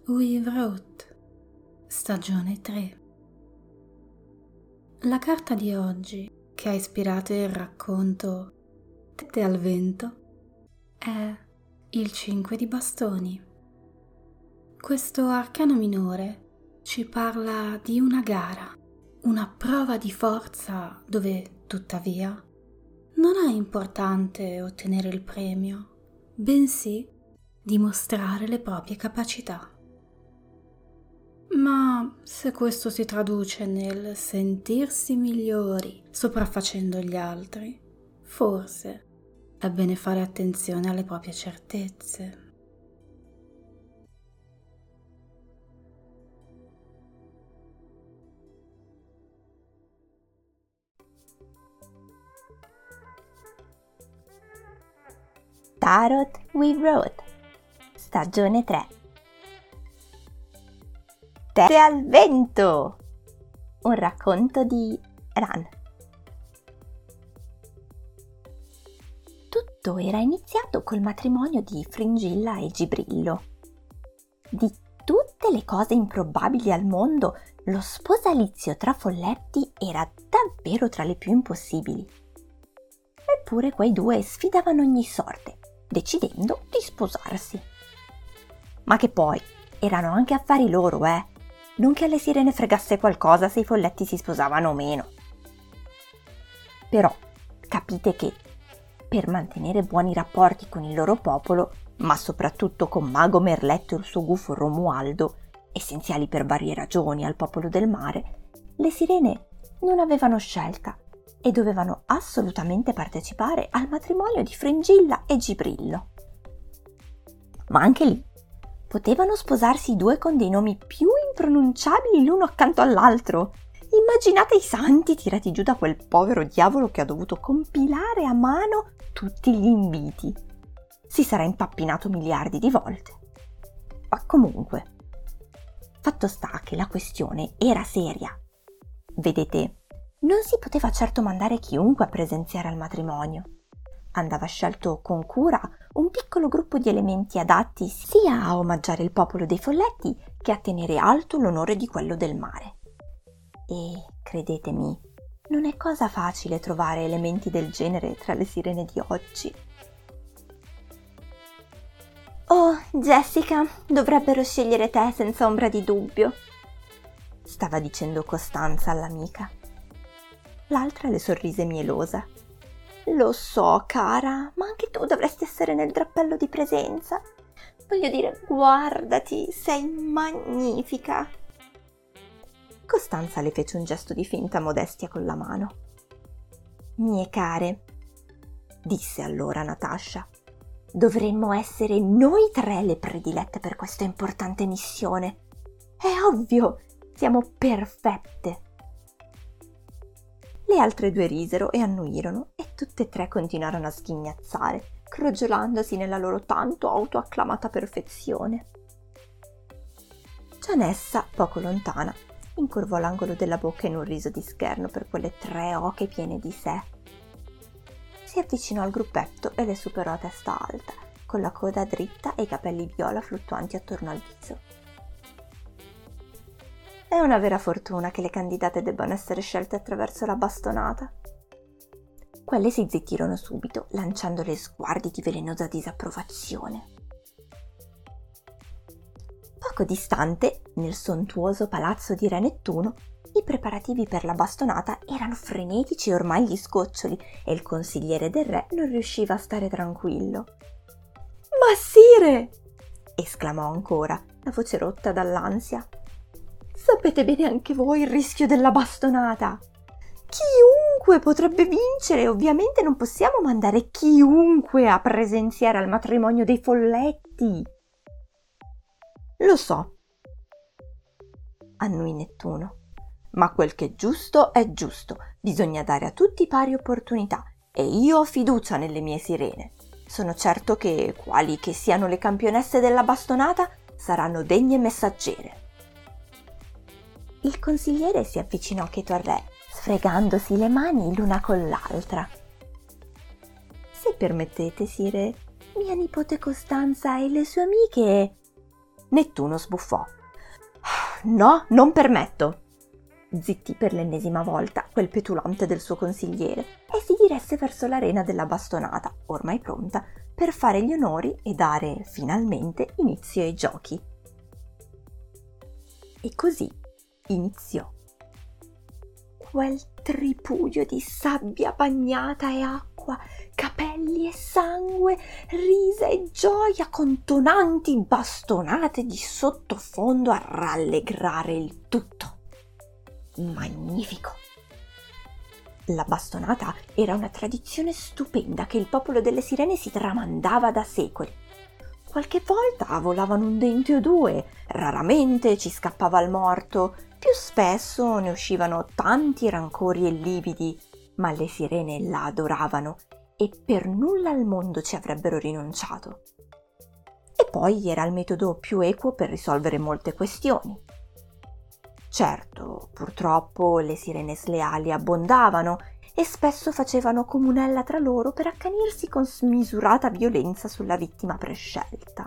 We Wrote, stagione 3. La carta di oggi che ha ispirato il racconto Tette al vento è il 5 di bastoni. Questo arcano minore ci parla di una gara, una prova di forza dove, tuttavia, non è importante ottenere il premio, bensì dimostrare le proprie capacità. Ma se questo si traduce nel sentirsi migliori sopraffacendo gli altri, forse è bene fare attenzione alle proprie certezze. Tarot We Wrote, stagione 3. Tette al vento, un racconto di Ran. Tutto era iniziato col matrimonio di Fringilla e Gibrillo. Di tutte le cose improbabili al mondo, lo sposalizio tra folletti era davvero tra le più impossibili. Eppure quei due sfidavano ogni sorte, decidendo di sposarsi. Ma che poi erano anche affari loro, non che alle sirene fregasse qualcosa se i folletti si sposavano o meno. Però capite che per mantenere buoni rapporti con il loro popolo, ma soprattutto con Mago Merletto e il suo gufo Romualdo, essenziali per varie ragioni al popolo del mare, le sirene non avevano scelta e dovevano assolutamente partecipare al matrimonio di Fringilla e Gibrillo. Ma anche lì potevano sposarsi i due con dei nomi più impronunciabili l'uno accanto all'altro. Immaginate i santi tirati giù da quel povero diavolo che ha dovuto compilare a mano tutti gli inviti. Si sarà impappinato miliardi di volte. Ma comunque, fatto sta che la questione era seria. Vedete, non si poteva certo mandare chiunque a presenziare al matrimonio. Andava scelto con cura un piccolo gruppo di elementi adatti sia a omaggiare il popolo dei folletti che a tenere alto l'onore di quello del mare. E, credetemi, non è cosa facile trovare elementi del genere tra le sirene di oggi. «Oh, Jessica, dovrebbero scegliere te senza ombra di dubbio», stava dicendo Costanza all'amica. L'altra le sorrise mielosa. «Lo so, cara, ma anche tu dovresti essere nel drappello di presenza. Voglio dire, guardati, sei magnifica!» Costanza le fece un gesto di finta modestia con la mano. «Mie care», disse allora Natascia, «dovremmo essere noi tre le predilette per questa importante missione. È ovvio, siamo perfette!» Le altre due risero e annuirono e tutte e tre continuarono a sghignazzare, crogiolandosi nella loro tanto autoacclamata perfezione. Gianessa, poco lontana, incurvò l'angolo della bocca in un riso di scherno per quelle tre oche piene di sé. Si avvicinò al gruppetto e le superò a testa alta, con la coda dritta e i capelli viola fluttuanti attorno al viso. È una vera fortuna che le candidate debbano essere scelte attraverso la bastonata. Quelle si zittirono subito, lanciandole sguardi di velenosa disapprovazione. Poco distante, nel sontuoso palazzo di Re Nettuno, i preparativi per la bastonata erano frenetici ormai gli sgoccioli e il consigliere del re non riusciva a stare tranquillo. «Ma sire!» esclamò ancora, la voce rotta dall'ansia. «Sapete bene anche voi il rischio della bastonata. Chiunque potrebbe vincere e ovviamente non possiamo mandare chiunque a presenziare al matrimonio dei folletti». «Lo so», annui Nettuno, «ma quel che è giusto, bisogna dare a tutti pari opportunità e io ho fiducia nelle mie sirene. Sono certo che, quali che siano le campionesse della bastonata, saranno degne messaggere». Il consigliere si avvicinò cheto al re, sfregandosi le mani l'una con l'altra. «Se permettete, sire, mia nipote Costanza e le sue amiche Nettuno sbuffò. «No, non permetto!» Zittì per l'ennesima volta quel petulante del suo consigliere e si diresse verso l'arena della bastonata, ormai pronta per fare gli onori e dare finalmente inizio ai giochi. E così iniziò. Quel tripudio di sabbia bagnata e acqua, capelli e sangue, risa e gioia con tonanti bastonate di sottofondo a rallegrare il tutto. Magnifico! La bastonata era una tradizione stupenda che il popolo delle sirene si tramandava da secoli. Qualche volta volavano un dente o due, raramente ci scappava il morto, più spesso ne uscivano tanti rancori e lividi, ma le sirene la adoravano e per nulla al mondo ci avrebbero rinunciato. E poi era il metodo più equo per risolvere molte questioni. Certo, purtroppo le sirene sleali abbondavano e spesso facevano comunella tra loro per accanirsi con smisurata violenza sulla vittima prescelta.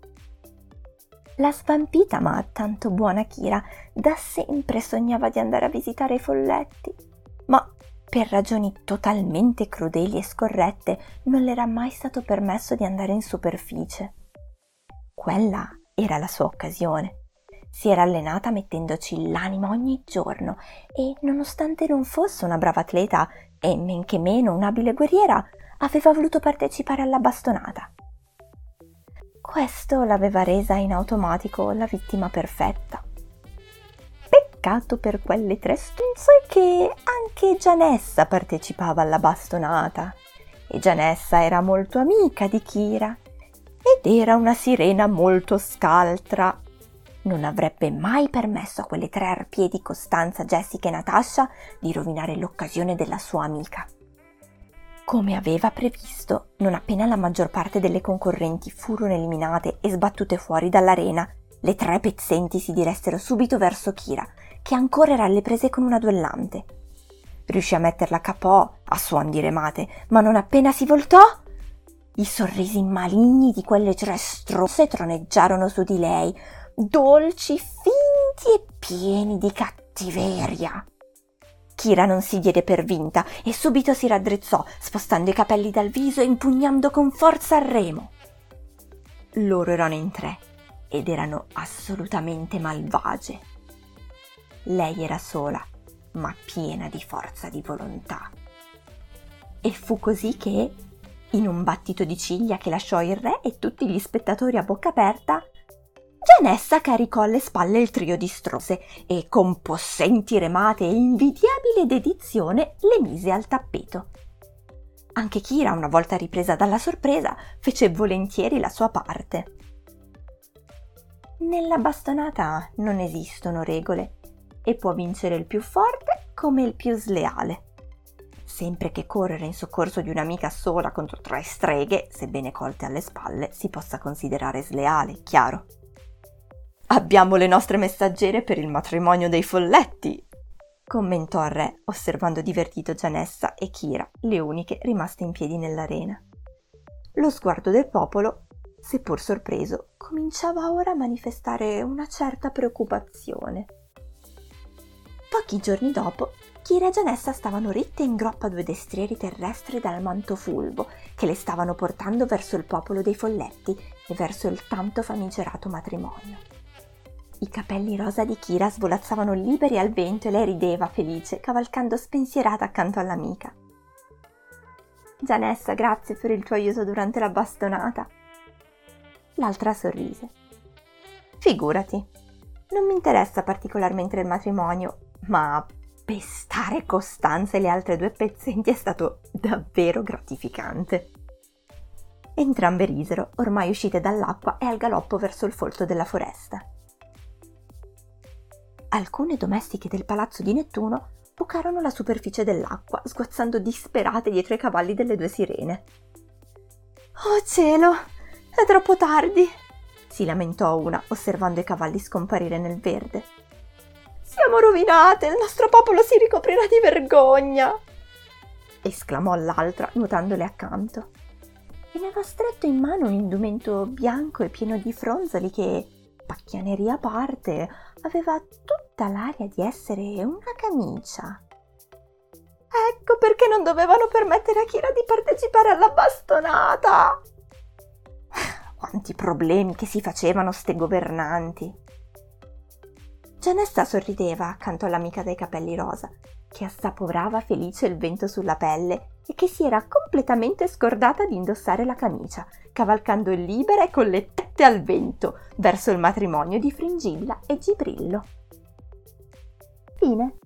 La svampita ma tanto buona Kira da sempre sognava di andare a visitare i folletti, ma per ragioni totalmente crudeli e scorrette non le era mai stato permesso di andare in superficie. Quella era la sua occasione. Si era allenata mettendoci l'anima ogni giorno e, nonostante non fosse una brava atleta e men che meno un'abile guerriera, aveva voluto partecipare alla bastonata. Questo l'aveva resa in automatico la vittima perfetta. Peccato per quelle tre stronze che anche Gianessa partecipava alla bastonata e Gianessa era molto amica di Kira ed era una sirena molto scaltra. Non avrebbe mai permesso a quelle tre arpie di Costanza, Jessica e Natasha di rovinare l'occasione della sua amica. Come aveva previsto, non appena la maggior parte delle concorrenti furono eliminate e sbattute fuori dall'arena, le tre pezzenti si diressero subito verso Kira, che ancora era alle prese con una duellante. Riuscì a metterla KO a suon di remate, ma non appena si voltò, i sorrisi maligni di quelle tre stronze troneggiarono su di lei, dolci, finti e pieni di cattiveria. Kira non si diede per vinta e subito si raddrizzò, spostando i capelli dal viso e impugnando con forza il remo. Loro erano in tre ed erano assolutamente malvagie. Lei era sola, ma piena di forza di volontà. E fu così che, in un battito di ciglia che lasciò il re e tutti gli spettatori a bocca aperta, Gianessa caricò alle spalle il trio di stronze e con possenti remate e invidiabile dedizione le mise al tappeto. Anche Kira, una volta ripresa dalla sorpresa, fece volentieri la sua parte. Nella bastonata non esistono regole e può vincere il più forte come il più sleale. Sempre che correre in soccorso di un'amica sola contro tre streghe, sebbene colte alle spalle, si possa considerare sleale, chiaro. «Abbiamo le nostre messaggere per il matrimonio dei folletti», commentò il re, osservando divertito Gianessa e Kira, le uniche rimaste in piedi nell'arena. Lo sguardo del popolo, seppur sorpreso, cominciava ora a manifestare una certa preoccupazione. Pochi giorni dopo, Kira e Gianessa stavano ritte in groppa a due destrieri terrestri dal manto fulvo che le stavano portando verso il popolo dei folletti e verso il tanto famigerato matrimonio. I capelli rosa di Kira svolazzavano liberi al vento e lei rideva felice, cavalcando spensierata accanto all'amica. «Gianessa, grazie per il tuo aiuto durante la bastonata». L'altra sorrise. «Figurati, non mi interessa particolarmente il matrimonio, ma pestare Costanza e le altre due pezzenti è stato davvero gratificante». Entrambe risero, ormai uscite dall'acqua e al galoppo verso il folto della foresta. Alcune domestiche del palazzo di Nettuno bucarono la superficie dell'acqua, sguazzando disperate dietro i cavalli delle due sirene. «Oh cielo, è troppo tardi!» si lamentò una, osservando i cavalli scomparire nel verde. «Siamo rovinate, il nostro popolo si ricoprirà di vergogna!» esclamò l'altra, nuotandole accanto. E aveva stretto in mano un indumento bianco e pieno di fronzoli che, pacchianeria a parte, aveva tutta l'aria di essere una camicia. Ecco perché non dovevano permettere a Kira di partecipare alla bastonata. Quanti problemi che si facevano ste governanti. Gianessa sorrideva accanto all'amica dai capelli rosa, che assaporava felice il vento sulla pelle e che si era completamente scordata di indossare la camicia, cavalcando libera e con le tette al vento verso il matrimonio di Fringilla e Gibrillo. Fine.